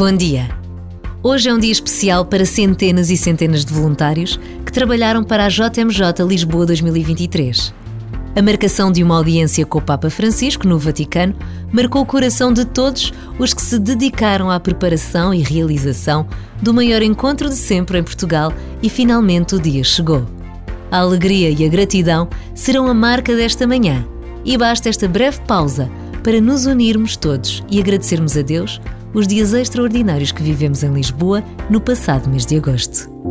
Bom dia! Hoje é um dia especial para centenas e centenas de voluntários que trabalharam para a JMJ Lisboa 2023. A marcação de uma audiência com o Papa Francisco no Vaticano marcou o coração de todos os que se dedicaram à preparação e realização do maior encontro de sempre em Portugal e finalmente o dia chegou. A alegria e a gratidão serão a marca desta manhã e basta esta breve pausa para nos unirmos todos e agradecermos a Deus os dias extraordinários que vivemos em Lisboa no passado mês de agosto.